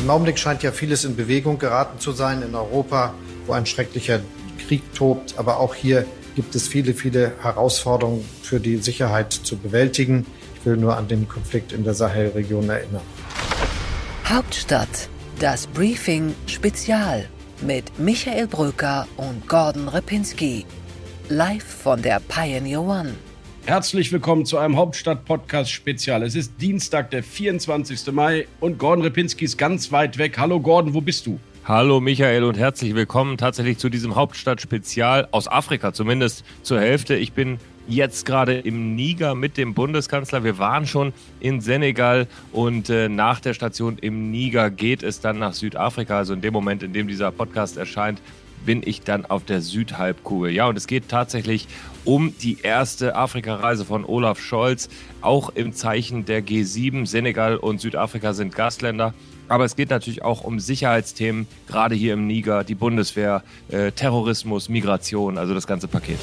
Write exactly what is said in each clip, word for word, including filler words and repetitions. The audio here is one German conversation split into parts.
Im Augenblick scheint ja vieles in Bewegung geraten zu sein in Europa, wo ein schrecklicher Krieg tobt. Aber auch hier gibt es viele, viele Herausforderungen für die Sicherheit zu bewältigen. Ich will nur an den Konflikt in der Sahelregion erinnern. Hauptstadt, das Briefing Spezial mit Michael Brücker und Gordon Repinski. Live von der Pioneer One. Herzlich willkommen zu einem Hauptstadt-Podcast-Spezial. Es ist Dienstag, der vierundzwanzigster Mai und Gordon Repinski ist ganz weit weg. Hallo Gordon, wo bist du? Hallo Michael und herzlich willkommen tatsächlich zu diesem Hauptstadt-Spezial aus Afrika, zumindest zur Hälfte. Ich bin jetzt gerade im Niger mit dem Bundeskanzler. Wir waren schon in Senegal und äh, nach der Station im Niger geht es dann nach Südafrika. Also in dem Moment, in dem dieser Podcast erscheint, bin ich dann auf der Südhalbkugel. Ja, und es geht tatsächlich um die erste Afrika-Reise von Olaf Scholz, auch im Zeichen der G sieben. Senegal und Südafrika sind Gastländer. Aber es geht natürlich auch um Sicherheitsthemen, gerade hier im Niger, die Bundeswehr, äh, Terrorismus, Migration, also das ganze Paket.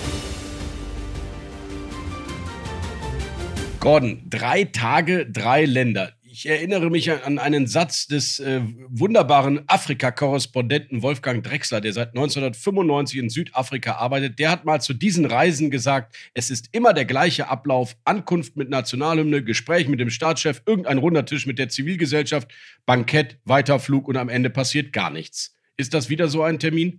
Gordon, drei Tage, drei Länder. Ich erinnere mich an einen Satz des äh, wunderbaren Afrika-Korrespondenten Wolfgang Drechsler, der seit neunzehnhundertfünfundneunzig in Südafrika arbeitet. Der hat mal zu diesen Reisen gesagt, es ist immer der gleiche Ablauf: Ankunft mit Nationalhymne, Gespräch mit dem Staatschef, irgendein runder Tisch mit der Zivilgesellschaft, Bankett, Weiterflug und am Ende passiert gar nichts. Ist das wieder so ein Termin?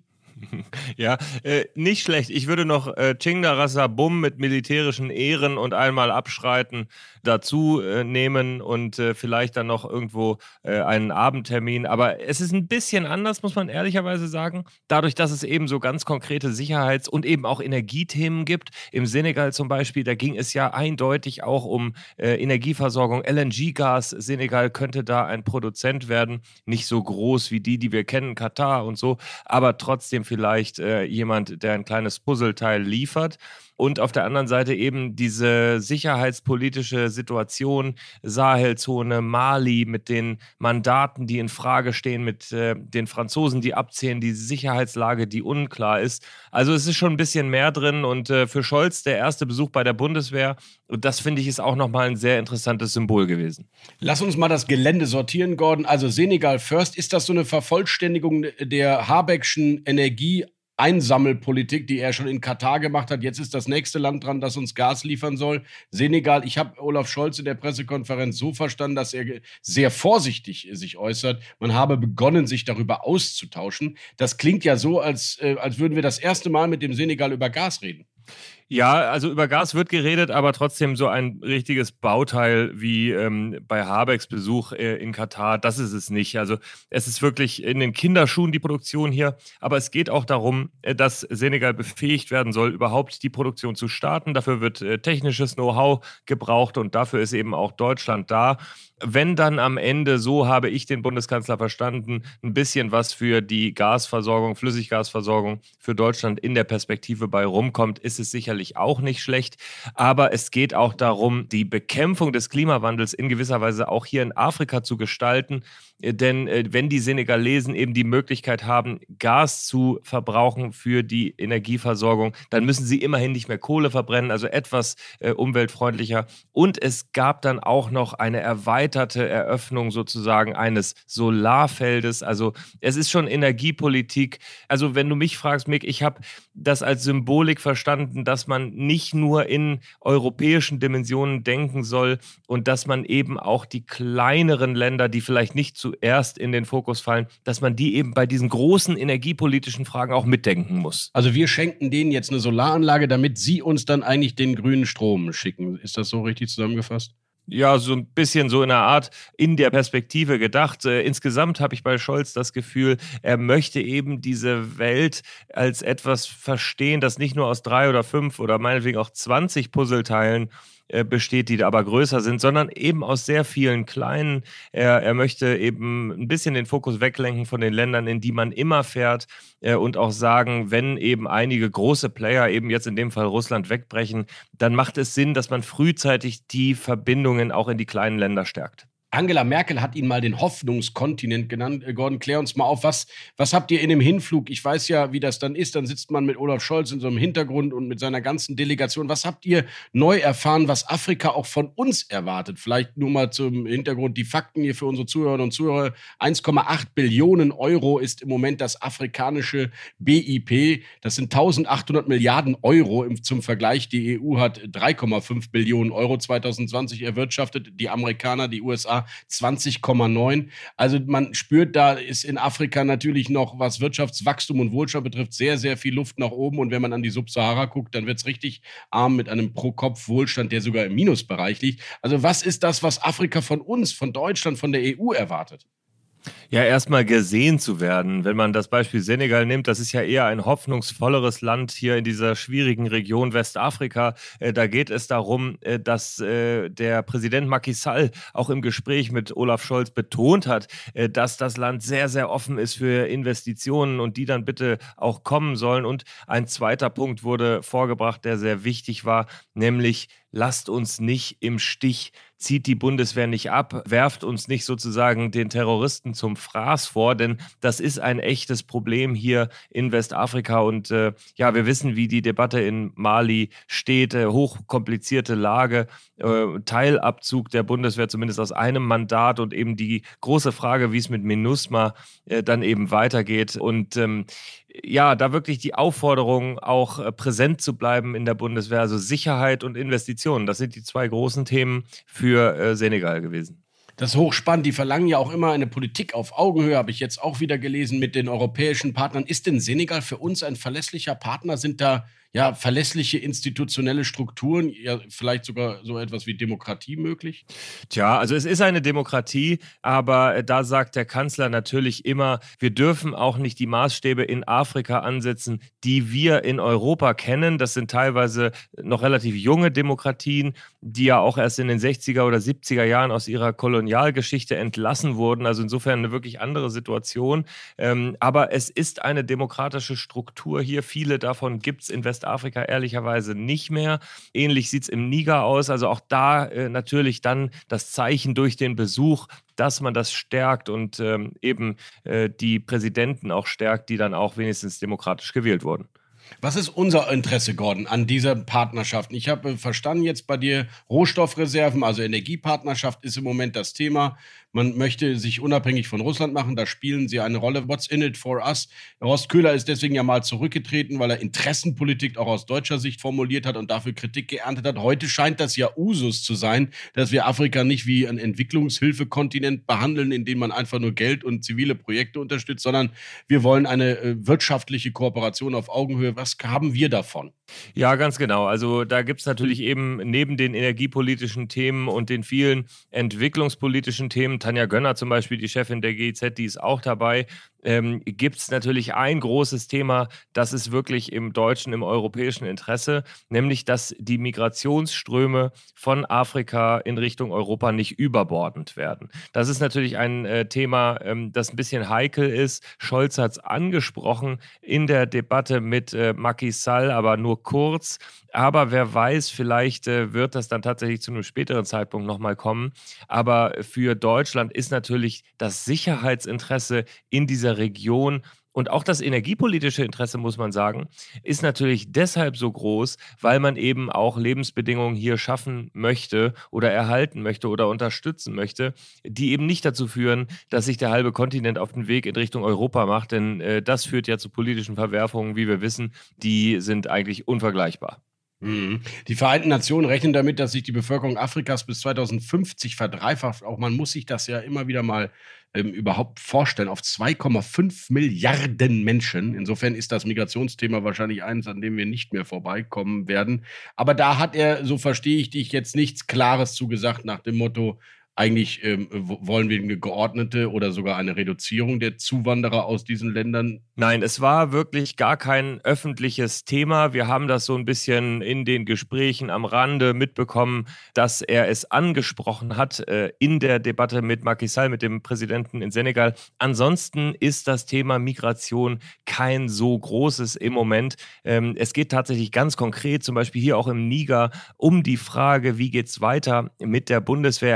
Ja, äh, nicht schlecht. Ich würde noch äh, Chingda Rassa Bum mit militärischen Ehren und einmal abschreiten dazu äh, nehmen und äh, vielleicht dann noch irgendwo äh, einen Abendtermin. Aber es ist ein bisschen anders, muss man ehrlicherweise sagen. Dadurch, dass es eben so ganz konkrete Sicherheits- und eben auch Energiethemen gibt. Im Senegal zum Beispiel, da ging es ja eindeutig auch um äh, Energieversorgung, L N G-Gas. Senegal könnte da ein Produzent werden. Nicht so groß wie die, die wir kennen, Katar und so, aber trotzdem vielleicht äh, jemand, der ein kleines Puzzleteil liefert. Und auf der anderen Seite eben diese sicherheitspolitische Situation, Sahelzone, Mali mit den Mandaten, die in Frage stehen, mit äh, den Franzosen, die abzählen, die Sicherheitslage, die unklar ist. Also es ist schon ein bisschen mehr drin und äh, für Scholz der erste Besuch bei der Bundeswehr. Und das, finde ich, ist auch nochmal ein sehr interessantes Symbol gewesen. Lass uns mal das Gelände sortieren, Gordon. Also Senegal first, ist das so eine Vervollständigung der Habeckschen Energie- Einsammelpolitik, die er schon in Katar gemacht hat? Jetzt ist das nächste Land dran, das uns Gas liefern soll. Senegal, ich habe Olaf Scholz in der Pressekonferenz so verstanden, dass er sehr vorsichtig sich äußert. Man habe begonnen, sich darüber auszutauschen. Das klingt ja so, als, äh, als würden wir das erste Mal mit dem Senegal über Gas reden. Ja, also über Gas wird geredet, aber trotzdem so ein richtiges Bauteil wie ähm, bei Habecks Besuch äh, in Katar, das ist es nicht. Also es ist wirklich in den Kinderschuhen die Produktion hier, aber es geht auch darum, äh, dass Senegal befähigt werden soll, überhaupt die Produktion zu starten. Dafür wird äh, technisches Know-how gebraucht und dafür ist eben auch Deutschland da. Wenn dann am Ende, so habe ich den Bundeskanzler verstanden, ein bisschen was für die Gasversorgung, Flüssiggasversorgung für Deutschland in der Perspektive bei rumkommt, ist es sicherlich auch nicht schlecht. Aber es geht auch darum, die Bekämpfung des Klimawandels in gewisser Weise auch hier in Afrika zu gestalten. Denn äh, wenn die Senegalesen eben die Möglichkeit haben, Gas zu verbrauchen für die Energieversorgung, dann müssen sie immerhin nicht mehr Kohle verbrennen, also etwas äh, umweltfreundlicher. Und es gab dann auch noch eine erweiterte Eröffnung sozusagen eines Solarfeldes. Also es ist schon Energiepolitik. Also wenn du mich fragst, Mick, ich habe das als Symbolik verstanden, dass man nicht nur in europäischen Dimensionen denken soll und dass man eben auch die kleineren Länder, die vielleicht nicht zuerst in den Fokus fallen, dass man die eben bei diesen großen energiepolitischen Fragen auch mitdenken muss. Also wir schenken denen jetzt eine Solaranlage, damit sie uns dann eigentlich den grünen Strom schicken. Ist das so richtig zusammengefasst? Ja, so ein bisschen so in einer Art in der Perspektive gedacht. Äh, insgesamt habe ich bei Scholz das Gefühl, er möchte eben diese Welt als etwas verstehen, das nicht nur aus drei oder fünf oder meinetwegen auch zwanzig Puzzleteilen äh, besteht, die aber größer sind, sondern eben aus sehr vielen kleinen. Er, er möchte eben ein bisschen den Fokus weglenken von den Ländern, in die man immer fährt äh, und auch sagen, wenn eben einige große Player, eben jetzt in dem Fall Russland, wegbrechen, dann macht es Sinn, dass man frühzeitig die Verbindungen auch in die kleinen Länder stärkt. Angela Merkel hat ihn mal den Hoffnungskontinent genannt. Äh, Gordon, klär uns mal auf, was, was habt ihr in dem Hinflug? Ich weiß ja, wie das dann ist. Dann sitzt man mit Olaf Scholz in so einem Hintergrund und mit seiner ganzen Delegation. Was habt ihr neu erfahren, was Afrika auch von uns erwartet? Vielleicht nur mal zum Hintergrund die Fakten hier für unsere Zuhörerinnen und Zuhörer. eins Komma acht Billionen Euro ist im Moment das afrikanische B I P. Das sind eintausendachthundert Milliarden Euro. Im, zum Vergleich, die E U hat drei Komma fünf Billionen Euro zwanzig zwanzig erwirtschaftet. Die Amerikaner, die U S A zwanzig Komma neun. Also man spürt, da ist in Afrika natürlich noch, was Wirtschaftswachstum und Wohlstand betrifft, sehr, sehr viel Luft nach oben. Und wenn man an die Subsahara guckt, dann wird es richtig arm mit einem Pro-Kopf-Wohlstand, der sogar im Minusbereich liegt. Also was ist das, was Afrika von uns, von Deutschland, von der E U erwartet? Ja, erstmal gesehen zu werden. Wenn man das Beispiel Senegal nimmt, das ist ja eher ein hoffnungsvolleres Land hier in dieser schwierigen Region Westafrika. Äh, da geht es darum, äh, dass äh, der Präsident Macky Sall auch im Gespräch mit Olaf Scholz betont hat, äh, dass das Land sehr, sehr offen ist für Investitionen und die dann bitte auch kommen sollen. Und ein zweiter Punkt wurde vorgebracht, der sehr wichtig war, nämlich lasst uns nicht im Stich, zieht die Bundeswehr nicht ab, werft uns nicht sozusagen den Terroristen zum Fraß vor, denn das ist ein echtes Problem hier in Westafrika und äh, ja, wir wissen, wie die Debatte in Mali steht, äh, hochkomplizierte Lage, äh, Teilabzug der Bundeswehr zumindest aus einem Mandat und eben die große Frage, wie es mit MINUSMA äh, dann eben weitergeht und ähm, ja, da wirklich die Aufforderung, auch äh, präsent zu bleiben in der Bundeswehr, also Sicherheit und Investitionen, das sind die zwei großen Themen für äh, Senegal gewesen. Das ist hochspannend. Die verlangen ja auch immer eine Politik auf Augenhöhe, habe ich jetzt auch wieder gelesen, mit den europäischen Partnern. Ist denn Senegal für uns ein verlässlicher Partner? Sind da ja verlässliche institutionelle Strukturen, ja vielleicht sogar so etwas wie Demokratie möglich? Tja, also es ist eine Demokratie, aber da sagt der Kanzler natürlich immer, wir dürfen auch nicht die Maßstäbe in Afrika ansetzen, die wir in Europa kennen. Das sind teilweise noch relativ junge Demokratien, die ja auch erst in den sechziger oder siebziger Jahren aus ihrer Kolonialgeschichte entlassen wurden. Also insofern eine wirklich andere Situation. Ähm, aber es ist eine demokratische Struktur hier. Viele davon gibt es in Westafrika ehrlicherweise nicht mehr. Ähnlich sieht es im Niger aus. Also auch da äh, natürlich dann das Zeichen durch den Besuch, dass man das stärkt und ähm, eben äh, die Präsidenten auch stärkt, die dann auch wenigstens demokratisch gewählt wurden. Was ist unser Interesse, Gordon, an dieser Partnerschaft? Ich habe verstanden jetzt bei dir, Rohstoffreserven, also Energiepartnerschaft ist im Moment das Thema. Man möchte sich unabhängig von Russland machen, da spielen sie eine Rolle. What's in it for us? Horst Köhler ist deswegen ja mal zurückgetreten, weil er Interessenpolitik auch aus deutscher Sicht formuliert hat und dafür Kritik geerntet hat. Heute scheint das ja Usus zu sein, dass wir Afrika nicht wie ein Entwicklungshilfekontinent behandeln, in dem man einfach nur Geld und zivile Projekte unterstützt, sondern wir wollen eine äh, wirtschaftliche Kooperation auf Augenhöhe. Was haben wir davon? Ja, ganz genau. Also da gibt es natürlich eben neben den energiepolitischen Themen und den vielen entwicklungspolitischen Themen, Tanja Gönner zum Beispiel, die Chefin der G I Z, die ist auch dabei, ähm, gibt es natürlich ein großes Thema, das ist wirklich im deutschen, im europäischen Interesse, nämlich, dass die Migrationsströme von Afrika in Richtung Europa nicht überbordend werden. Das ist natürlich ein äh, Thema, ähm, das ein bisschen heikel ist. Scholz hat es angesprochen in der Debatte mit äh, Macky Sall, aber nur kurz. Aber wer weiß, vielleicht äh, wird das dann tatsächlich zu einem späteren Zeitpunkt nochmal kommen. Aber für Deutschland ist natürlich das Sicherheitsinteresse in dieser Region und auch das energiepolitische Interesse, muss man sagen, ist natürlich deshalb so groß, weil man eben auch Lebensbedingungen hier schaffen möchte oder erhalten möchte oder unterstützen möchte, die eben nicht dazu führen, dass sich der halbe Kontinent auf den Weg in Richtung Europa macht. Denn äh, das führt ja zu politischen Verwerfungen, wie wir wissen, die sind eigentlich unvergleichbar. Die Vereinten Nationen rechnen damit, dass sich die Bevölkerung Afrikas bis zweitausendfünfzig verdreifacht. Auch man muss sich das ja immer wieder mal ähm, überhaupt vorstellen, auf zwei Komma fünf Milliarden Menschen. Insofern ist das Migrationsthema wahrscheinlich eines, an dem wir nicht mehr vorbeikommen werden. Aber da hat er, so verstehe ich dich, jetzt nichts Klares zugesagt nach dem Motto, eigentlich ähm, wollen wir eine geordnete oder sogar eine Reduzierung der Zuwanderer aus diesen Ländern. Nein, es war wirklich gar kein öffentliches Thema. Wir haben das so ein bisschen in den Gesprächen am Rande mitbekommen, dass er es angesprochen hat äh, in der Debatte mit Macky Sall, mit dem Präsidenten in Senegal. Ansonsten ist das Thema Migration kein so großes im Moment. Ähm, es geht tatsächlich ganz konkret, zum Beispiel hier auch im Niger, um die Frage, wie geht es weiter mit der Bundeswehr. Er hat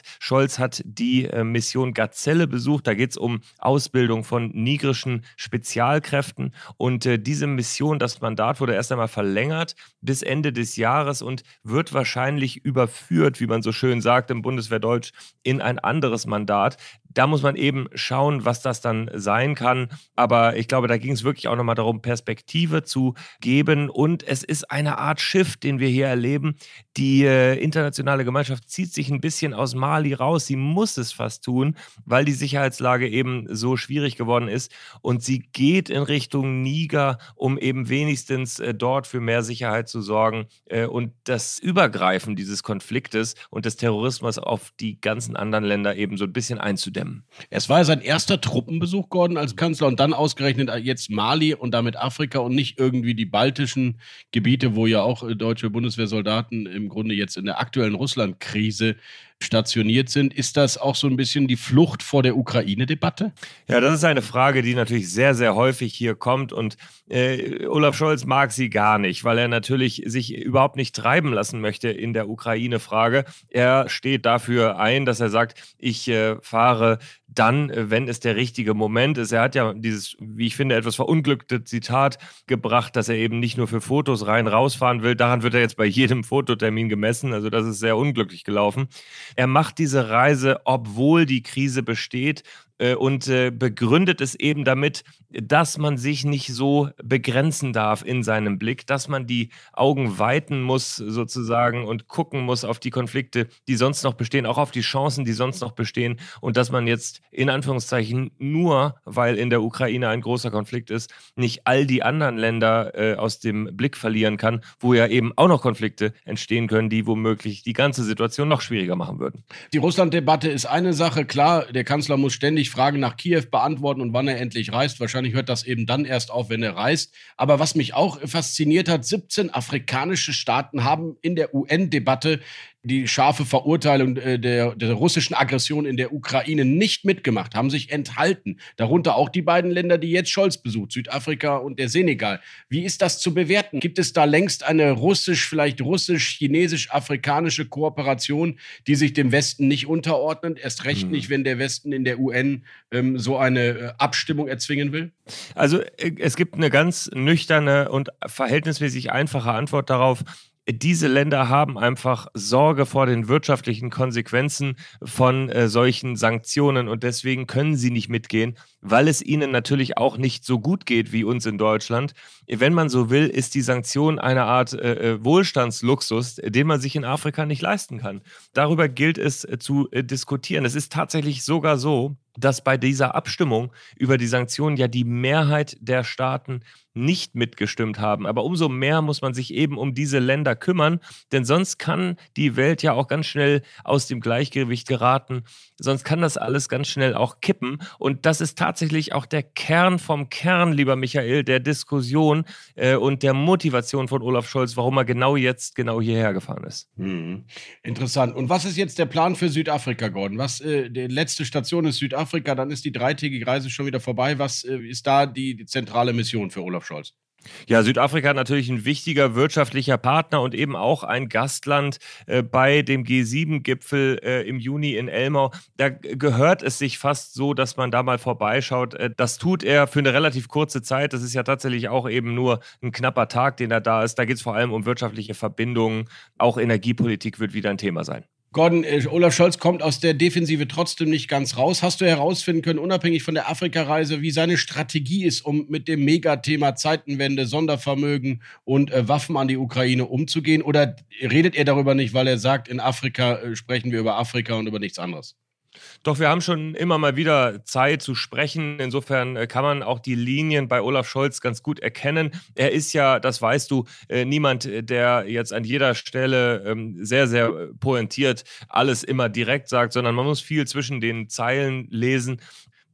Scholz hat die äh, Mission Gazelle besucht. Da geht es um Ausbildung von nigerischen Spezialkräften. Und äh, diese Mission, das Mandat wurde erst einmal verlängert bis Ende des Jahres und wird wahrscheinlich überführt, wie man so schön sagt im Bundeswehrdeutsch, in ein anderes Mandat. Da muss man eben schauen, was das dann sein kann. Aber ich glaube, da ging es wirklich auch nochmal darum, Perspektive zu geben. Und es ist eine Art Shift, den wir hier erleben. Die äh, internationale Gemeinschaft zieht sich ein bisschen aus Mali raus. Sie muss es fast tun, weil die Sicherheitslage eben so schwierig geworden ist. Und sie geht in Richtung Niger, um eben wenigstens äh, dort für mehr Sicherheit zu sorgen äh, und das Übergreifen dieses Konfliktes und des Terrorismus auf die ganzen anderen Länder eben so ein bisschen einzudämmen. Es war ja sein erster Truppenbesuch, Gordon, als Kanzler und dann ausgerechnet jetzt Mali und damit Afrika und nicht irgendwie die baltischen Gebiete, wo ja auch deutsche Bundeswehrsoldaten im Grunde jetzt in der aktuellen Russland-Krise stationiert sind. Ist das auch so ein bisschen die Flucht vor der Ukraine-Debatte? Ja, das ist eine Frage, die natürlich sehr, sehr häufig hier kommt und äh, Olaf Scholz mag sie gar nicht, weil er natürlich sich überhaupt nicht treiben lassen möchte in der Ukraine-Frage. Er steht dafür ein, dass er sagt, ich äh, fahre dann, wenn es der richtige Moment ist. Er hat ja dieses, wie ich finde, etwas verunglückte Zitat gebracht, dass er eben nicht nur für Fotos rein rausfahren will. Daran wird er jetzt bei jedem Fototermin gemessen. Also das ist sehr unglücklich gelaufen. Er macht diese Reise, obwohl die Krise besteht äh, und äh, begründet es eben damit, dass man sich nicht so begrenzen darf in seinem Blick, dass man die Augen weiten muss sozusagen und gucken muss auf die Konflikte, die sonst noch bestehen, auch auf die Chancen, die sonst noch bestehen und dass man jetzt in Anführungszeichen nur, weil in der Ukraine ein großer Konflikt ist, nicht all die anderen Länder äh, aus dem Blick verlieren kann, wo ja eben auch noch Konflikte entstehen können, die womöglich die ganze Situation noch schwieriger machen würden. Die Russland-Debatte ist eine Sache. Klar, der Kanzler muss ständig Fragen nach Kiew beantworten und wann er endlich reist. Wahrscheinlich hört das eben dann erst auf, wenn er reist. Aber was mich auch fasziniert hat, siebzehn afrikanische Staaten haben in der U N-Debatte die scharfe Verurteilung der, der russischen Aggression in der Ukraine nicht mitgemacht, haben sich enthalten. Darunter auch die beiden Länder, die jetzt Scholz besucht, Südafrika und der Senegal. Wie ist das zu bewerten? Gibt es da längst eine russisch, vielleicht russisch-chinesisch-afrikanische Kooperation, die sich dem Westen nicht unterordnet? Erst recht hm. nicht, wenn der Westen in der U N ähm, so eine äh, Abstimmung erzwingen will? Also es gibt eine ganz nüchterne und verhältnismäßig einfache Antwort darauf. Diese Länder haben einfach Sorge vor den wirtschaftlichen Konsequenzen von äh, solchen Sanktionen und deswegen können sie nicht mitgehen, weil es ihnen natürlich auch nicht so gut geht wie uns in Deutschland. Wenn man so will, ist die Sanktion eine Art äh, Wohlstandsluxus, den man sich in Afrika nicht leisten kann. Darüber gilt es äh, zu äh, diskutieren. Es ist tatsächlich sogar so, dass bei dieser Abstimmung über die Sanktionen ja die Mehrheit der Staaten nicht mitgestimmt haben. Aber umso mehr muss man sich eben um diese Länder kümmern, denn sonst kann die Welt ja auch ganz schnell aus dem Gleichgewicht geraten. Sonst kann das alles ganz schnell auch kippen. Und das ist tatsächlich auch der Kern vom Kern, lieber Michael, der Diskussion äh, und der Motivation von Olaf Scholz, warum er genau jetzt genau hierher gefahren ist. Hm. Interessant. Und was ist jetzt der Plan für Südafrika, Gordon? Was, äh, die letzte Station ist Südafrika, dann ist die dreitägige Reise schon wieder vorbei. Was äh, ist da die, die zentrale Mission für Olaf Scholz? Ja, Südafrika hat natürlich ein wichtiger wirtschaftlicher Partner und eben auch ein Gastland äh, bei dem G sieben Gipfel äh, im Juni in Elmau. Da gehört es sich fast so, dass man da mal vorbeischaut. Äh, das tut er für eine relativ kurze Zeit. Das ist ja tatsächlich auch eben nur ein knapper Tag, den er da ist. Da geht es vor allem um wirtschaftliche Verbindungen. Auch Energiepolitik wird wieder ein Thema sein. Gordon, äh, Olaf Scholz kommt aus der Defensive trotzdem nicht ganz raus. Hast du herausfinden können, unabhängig von der Afrikareise, wie seine Strategie ist, um mit dem Megathema Zeitenwende, Sondervermögen und äh, Waffen an die Ukraine umzugehen? Oder redet er darüber nicht, weil er sagt, in Afrika äh, sprechen wir über Afrika und über nichts anderes? Doch, wir haben schon immer mal wieder Zeit zu sprechen. Insofern äh, kann man auch die Linien bei Olaf Scholz ganz gut erkennen. Er ist ja, das weißt du, äh, niemand, der jetzt an jeder Stelle ähm, sehr, sehr pointiert alles immer direkt sagt, sondern man muss viel zwischen den Zeilen lesen.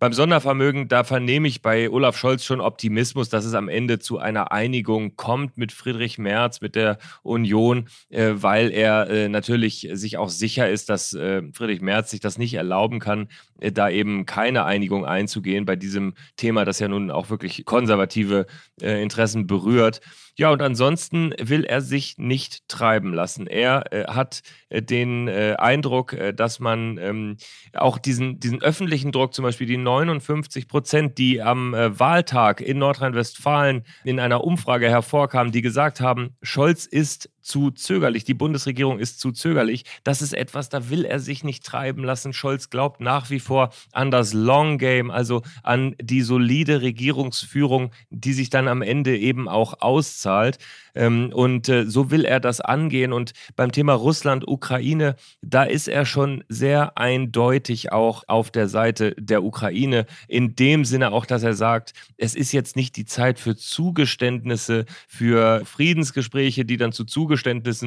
beim Sondervermögen, da vernehme ich bei Olaf Scholz schon Optimismus, dass es am Ende zu einer Einigung kommt mit Friedrich Merz, mit der Union, äh, weil er äh, natürlich sich auch sicher ist, dass äh, Friedrich Merz sich das nicht erlauben kann, äh, da eben keine Einigung einzugehen bei diesem Thema, das ja nun auch wirklich konservative äh, Interessen berührt. Ja, und ansonsten will er sich nicht treiben lassen. Er äh, hat äh, den äh, Eindruck, äh, dass man ähm, auch diesen, diesen öffentlichen Druck, zum Beispiel die neunundfünfzig Prozent, die am äh, Wahltag in Nordrhein-Westfalen in einer Umfrage hervorkamen, die gesagt haben, Scholz ist zu zögerlich, die Bundesregierung ist zu zögerlich. Das ist etwas, da will er sich nicht treiben lassen. Scholz glaubt nach wie vor an das Long Game, also an die solide Regierungsführung, die sich dann am Ende eben auch auszahlt. Und so will er das angehen. Und beim Thema Russland, Ukraine, da ist er schon sehr eindeutig auch auf der Seite der Ukraine. In dem Sinne auch, dass er sagt, es ist jetzt nicht die Zeit für Zugeständnisse, für Friedensgespräche, die dann zu Zugeständnissen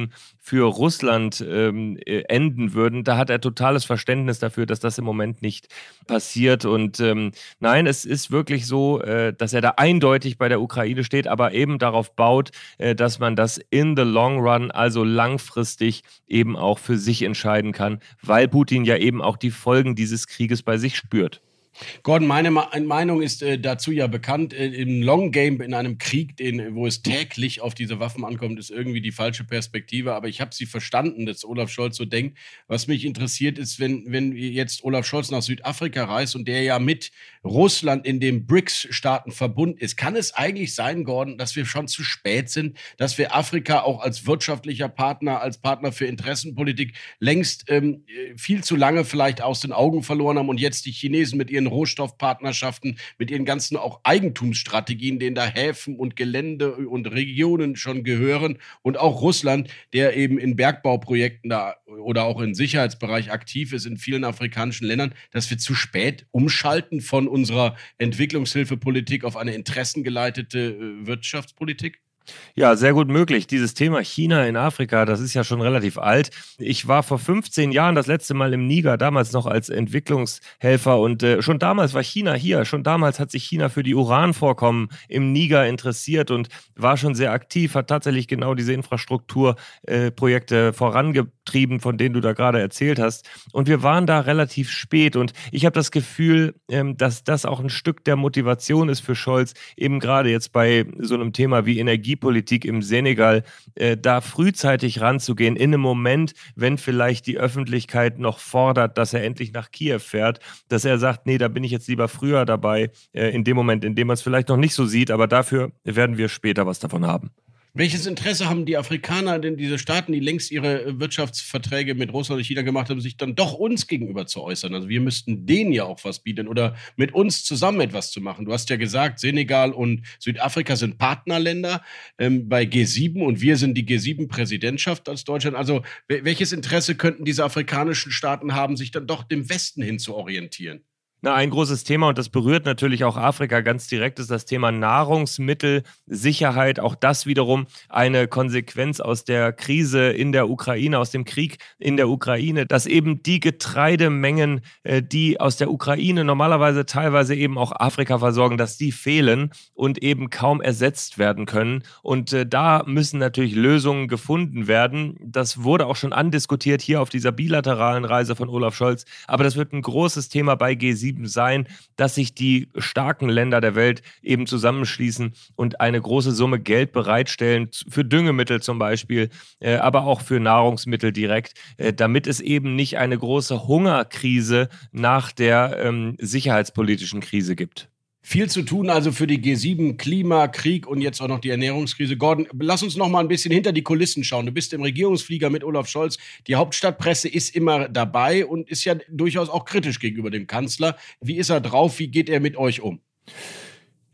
für Russland ähm, enden würden. Da hat er totales Verständnis dafür, dass das im Moment nicht passiert. Und ähm, nein, es ist wirklich so, äh, dass er da eindeutig bei der Ukraine steht, aber eben darauf baut, äh, dass man das in the long run, also langfristig eben auch für sich entscheiden kann, weil Putin ja eben auch die Folgen dieses Krieges bei sich spürt. Gordon, meine Meinung ist äh, dazu ja bekannt. Äh, Im Long Game, in einem Krieg, den, wo es täglich auf diese Waffen ankommt, ist irgendwie die falsche Perspektive. Aber ich habe sie verstanden, dass Olaf Scholz so denkt. Was mich interessiert ist, wenn, wenn jetzt Olaf Scholz nach Südafrika reist und der ja mit Russland in dem B R I C S-Staaten verbunden ist, kann es eigentlich sein, Gordon, dass wir schon zu spät sind, dass wir Afrika auch als wirtschaftlicher Partner, als Partner für Interessenpolitik längst ähm, viel zu lange vielleicht aus den Augen verloren haben und jetzt die Chinesen mit ihren Rohstoffpartnerschaften, mit ihren ganzen auch Eigentumsstrategien, denen da Häfen und Gelände und Regionen schon gehören und auch Russland, der eben in Bergbauprojekten da oder auch im Sicherheitsbereich aktiv ist in vielen afrikanischen Ländern, dass wir zu spät umschalten von unserer Entwicklungshilfepolitik auf eine interessengeleitete Wirtschaftspolitik? Ja, sehr gut möglich. Dieses Thema China in Afrika, das ist ja schon relativ alt. Ich war vor fünfzehn Jahren das letzte Mal im Niger, damals noch als Entwicklungshelfer und äh, schon damals war China hier. Schon damals hat sich China für die Uranvorkommen im Niger interessiert und war schon sehr aktiv, hat tatsächlich genau diese Infrastrukturprojekte äh, vorangetrieben, von denen du da gerade erzählt hast. Und wir waren da relativ spät und ich habe das Gefühl, ähm, dass das auch ein Stück der Motivation ist für Scholz, eben gerade jetzt bei so einem Thema wie Energie Politik im Senegal, äh, da frühzeitig ranzugehen, in einem Moment, wenn vielleicht die Öffentlichkeit noch fordert, dass er endlich nach Kiew fährt, dass er sagt, nee, da bin ich jetzt lieber früher dabei, äh, in dem Moment, in dem man es vielleicht noch nicht so sieht, aber dafür werden wir später was davon haben. Welches Interesse haben die Afrikaner denn, diese Staaten, die längst ihre Wirtschaftsverträge mit Russland und China gemacht haben, sich dann doch uns gegenüber zu äußern? Also wir müssten denen ja auch was bieten oder mit uns zusammen etwas zu machen. Du hast ja gesagt, Senegal und Südafrika sind Partnerländer ähm, bei G sieben und wir sind die G sieben Präsidentschaft als Deutschland. Also welches Interesse könnten diese afrikanischen Staaten haben, sich dann doch dem Westen hin zu orientieren? Na, ein großes Thema, und das berührt natürlich auch Afrika ganz direkt, ist das Thema Nahrungsmittelsicherheit. Auch das wiederum eine Konsequenz aus der Krise in der Ukraine, aus dem Krieg in der Ukraine, dass eben die Getreidemengen, die aus der Ukraine normalerweise teilweise eben auch Afrika versorgen, dass die fehlen und eben kaum ersetzt werden können. Und äh, da müssen natürlich Lösungen gefunden werden. Das wurde auch schon andiskutiert hier auf dieser bilateralen Reise von Olaf Scholz. Aber das wird ein großes Thema bei G sieben sein, dass sich die starken Länder der Welt eben zusammenschließen und eine große Summe Geld bereitstellen, für Düngemittel zum Beispiel, äh, aber auch für Nahrungsmittel direkt, äh, damit es eben nicht eine große Hungerkrise nach der ähm, sicherheitspolitischen Krise gibt. Viel zu tun also für die G sieben, Klima, Krieg und jetzt auch noch die Ernährungskrise. Gordon, lass uns noch mal ein bisschen hinter die Kulissen schauen. Du bist im Regierungsflieger mit Olaf Scholz. Die Hauptstadtpresse ist immer dabei und ist ja durchaus auch kritisch gegenüber dem Kanzler. Wie ist er drauf? Wie geht er mit euch um?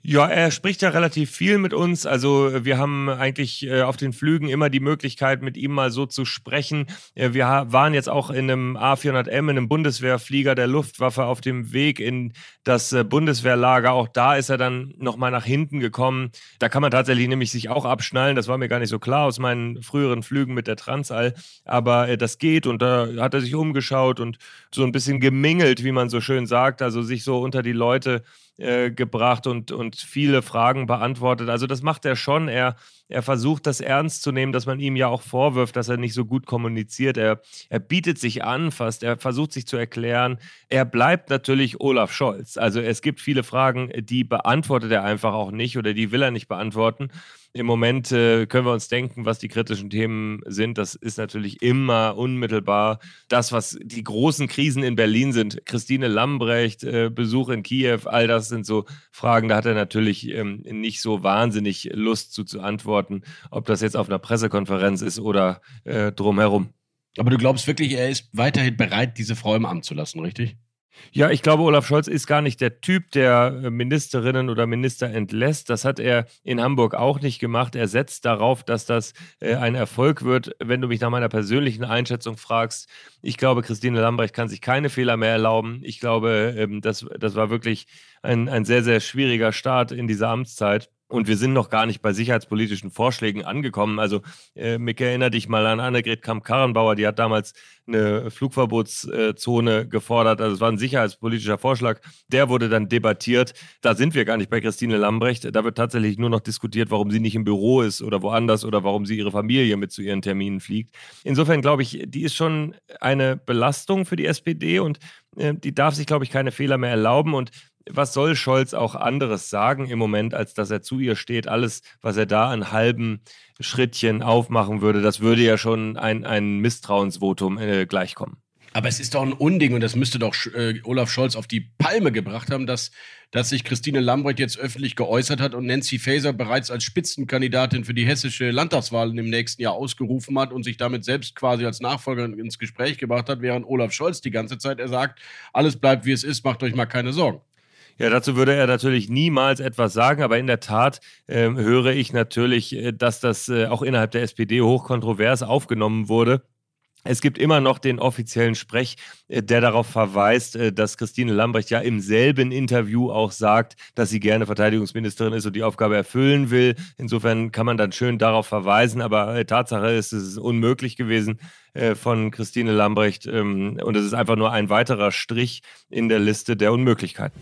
Ja, er spricht ja relativ viel mit uns. Also wir haben eigentlich äh, auf den Flügen immer die Möglichkeit, mit ihm mal so zu sprechen. Äh, wir ha- waren jetzt auch in einem A vierhundert M, in einem Bundeswehrflieger der Luftwaffe auf dem Weg in das äh, Bundeswehrlager. Auch da ist er dann nochmal nach hinten gekommen. Da kann man tatsächlich nämlich sich auch abschnallen. Das war mir gar nicht so klar aus meinen früheren Flügen mit der Transall. Aber äh, das geht und da hat er sich umgeschaut und so ein bisschen gemingelt, wie man so schön sagt. Also sich so unter die Leute Äh, gebracht und, und viele Fragen beantwortet. Also das macht er schon. Er, er versucht, das ernst zu nehmen, dass man ihm ja auch vorwirft, dass er nicht so gut kommuniziert. Er, er bietet sich an fast, er versucht sich zu erklären. Er bleibt natürlich Olaf Scholz. Also es gibt viele Fragen, die beantwortet er einfach auch nicht oder die will er nicht beantworten. Im Moment äh, können wir uns denken, was die kritischen Themen sind. Das ist natürlich immer unmittelbar das, was die großen Krisen in Berlin sind. Christine Lambrecht, äh, Besuch in Kiew, all das sind so Fragen, da hat er natürlich ähm, nicht so wahnsinnig Lust zu, zu antworten, ob das jetzt auf einer Pressekonferenz ist oder äh, drumherum. Aber du glaubst wirklich, er ist weiterhin bereit, diese Frau im Amt zu lassen, richtig? Ja, ich glaube, Olaf Scholz ist gar nicht der Typ, der Ministerinnen oder Minister entlässt. Das hat er in Hamburg auch nicht gemacht. Er setzt darauf, dass das äh, ein Erfolg wird. Wenn du mich nach meiner persönlichen Einschätzung fragst, ich glaube, Christine Lambrecht kann sich keine Fehler mehr erlauben. Ich glaube, ähm, das, das war wirklich ein, ein sehr, sehr schwieriger Start in dieser Amtszeit. Und wir sind noch gar nicht bei sicherheitspolitischen Vorschlägen angekommen. Also, äh, Mick, erinnere dich mal an Annegret Kramp-Karrenbauer, die hat damals eine Flugverbotszone gefordert. Also es war ein sicherheitspolitischer Vorschlag. Der wurde dann debattiert. Da sind wir gar nicht bei Christine Lambrecht. Da wird tatsächlich nur noch diskutiert, warum sie nicht im Büro ist oder woanders oder warum sie ihre Familie mit zu ihren Terminen fliegt. Insofern glaube ich, die ist schon eine Belastung für die S P D und äh, die darf sich, glaube ich, keine Fehler mehr erlauben. Und was soll Scholz auch anderes sagen im Moment, als dass er zu ihr steht? Alles, was er da an halben Schrittchen aufmachen würde, das würde ja schon ein, ein Misstrauensvotum äh, gleichkommen. Aber es ist doch ein Unding und das müsste doch äh, Olaf Scholz auf die Palme gebracht haben, dass, dass sich Christine Lambrecht jetzt öffentlich geäußert hat und Nancy Faeser bereits als Spitzenkandidatin für die hessische Landtagswahl im nächsten Jahr ausgerufen hat und sich damit selbst quasi als Nachfolgerin ins Gespräch gebracht hat, während Olaf Scholz die ganze Zeit, er sagt, alles bleibt wie es ist, macht euch mal keine Sorgen. Ja, dazu würde er natürlich niemals etwas sagen, aber in der Tat äh, höre ich natürlich, äh, dass das äh, auch innerhalb der S P D hochkontrovers aufgenommen wurde. Es gibt immer noch den offiziellen Sprech, äh, der darauf verweist, äh, dass Christine Lambrecht ja im selben Interview auch sagt, dass sie gerne Verteidigungsministerin ist und die Aufgabe erfüllen will. Insofern kann man dann schön darauf verweisen, aber äh, Tatsache ist, es ist unmöglich gewesen äh, von Christine Lambrecht ähm, und es ist einfach nur ein weiterer Strich in der Liste der Unmöglichkeiten.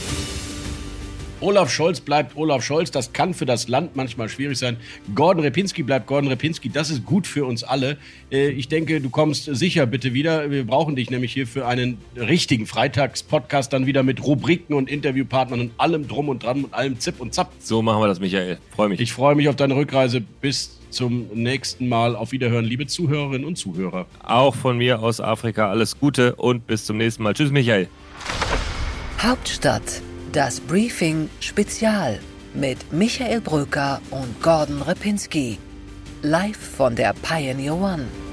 Olaf Scholz bleibt Olaf Scholz. Das kann für das Land manchmal schwierig sein. Gordon Repinski bleibt Gordon Repinski. Das ist gut für uns alle. Ich denke, du kommst sicher bitte wieder. Wir brauchen dich nämlich hier für einen richtigen Freitagspodcast dann wieder mit Rubriken und Interviewpartnern und allem drum und dran und allem Zip und Zap. So machen wir das, Michael. Freue mich. Ich freue mich auf deine Rückreise. Bis zum nächsten Mal. Auf Wiederhören, liebe Zuhörerinnen und Zuhörer. Auch von mir aus Afrika alles Gute und bis zum nächsten Mal. Tschüss, Michael. Hauptstadt. Das Briefing Spezial mit Michael Bröker und Gordon Repinski. Live von der Pioneer One.